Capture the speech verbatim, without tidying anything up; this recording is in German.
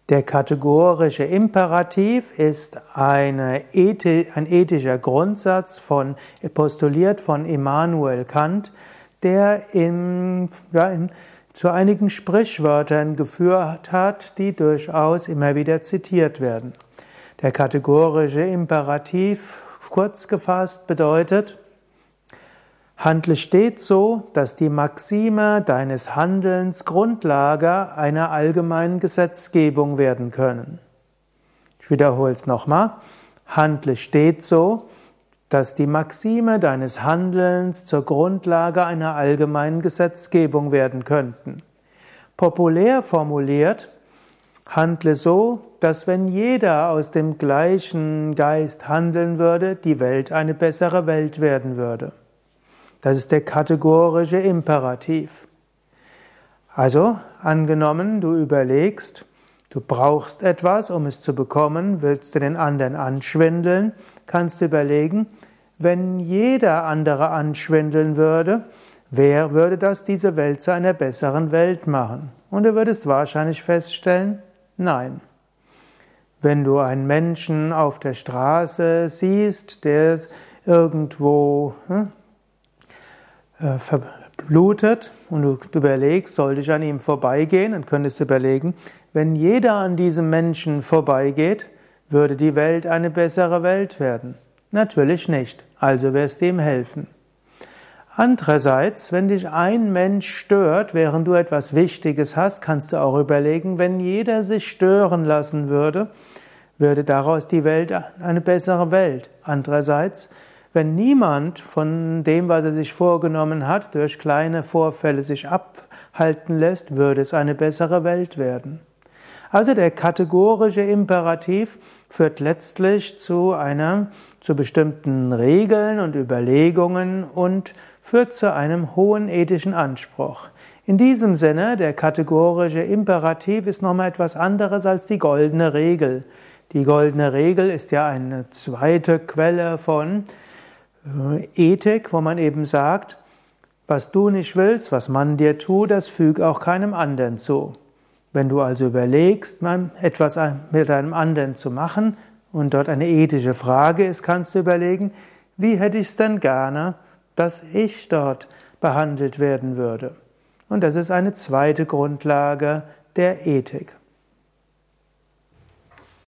Der kategorische Imperativ ist eine Ethi- ein ethischer Grundsatz von, postuliert von Immanuel Kant, der in, ja, in, zu einigen Sprichwörtern geführt hat, die durchaus immer wieder zitiert werden. Der kategorische Imperativ, kurz gefasst, bedeutet: Handle stets so, dass die Maxime deines Handelns Grundlage einer allgemeinen Gesetzgebung werden können. Ich wiederhole es nochmal. Handle stets so, dass die Maxime deines Handelns zur Grundlage einer allgemeinen Gesetzgebung werden könnten. Populär formuliert: Handle so, dass wenn jeder aus dem gleichen Geist handeln würde, die Welt eine bessere Welt werden würde. Das ist der kategorische Imperativ. Also, angenommen, du überlegst, du brauchst etwas, um es zu bekommen, willst du den anderen anschwindeln, kannst du überlegen, wenn jeder andere anschwindeln würde, wer würde das diese Welt zu einer besseren Welt machen? Und du würdest wahrscheinlich feststellen, nein. Wenn du einen Menschen auf der Straße siehst, der irgendwo hm, verblutet und du überlegst, sollte ich an ihm vorbeigehen, dann könntest du überlegen, wenn jeder an diesem Menschen vorbeigeht, würde die Welt eine bessere Welt werden. Natürlich nicht, also wirst du ihm helfen. Andererseits, wenn dich ein Mensch stört, während du etwas Wichtiges hast, kannst du auch überlegen, wenn jeder sich stören lassen würde, würde daraus die Welt eine bessere Welt. Andererseits, wenn niemand von dem, was er sich vorgenommen hat, durch kleine Vorfälle sich abhalten lässt, würde es eine bessere Welt werden. Also der kategorische Imperativ führt letztlich zu einer, zu bestimmten Regeln und Überlegungen und führt zu einem hohen ethischen Anspruch. In diesem Sinne, der kategorische Imperativ ist nochmal etwas anderes als die goldene Regel. Die goldene Regel ist ja eine zweite Quelle von Ethik, wo man eben sagt, was du nicht willst, was man dir tut, das füg auch keinem anderen zu. Wenn du also überlegst, etwas mit einem anderen zu machen und dort eine ethische Frage ist, kannst du überlegen, wie hätte ich es denn gerne, dass ich dort behandelt werden würde. Und das ist eine zweite Grundlage der Ethik.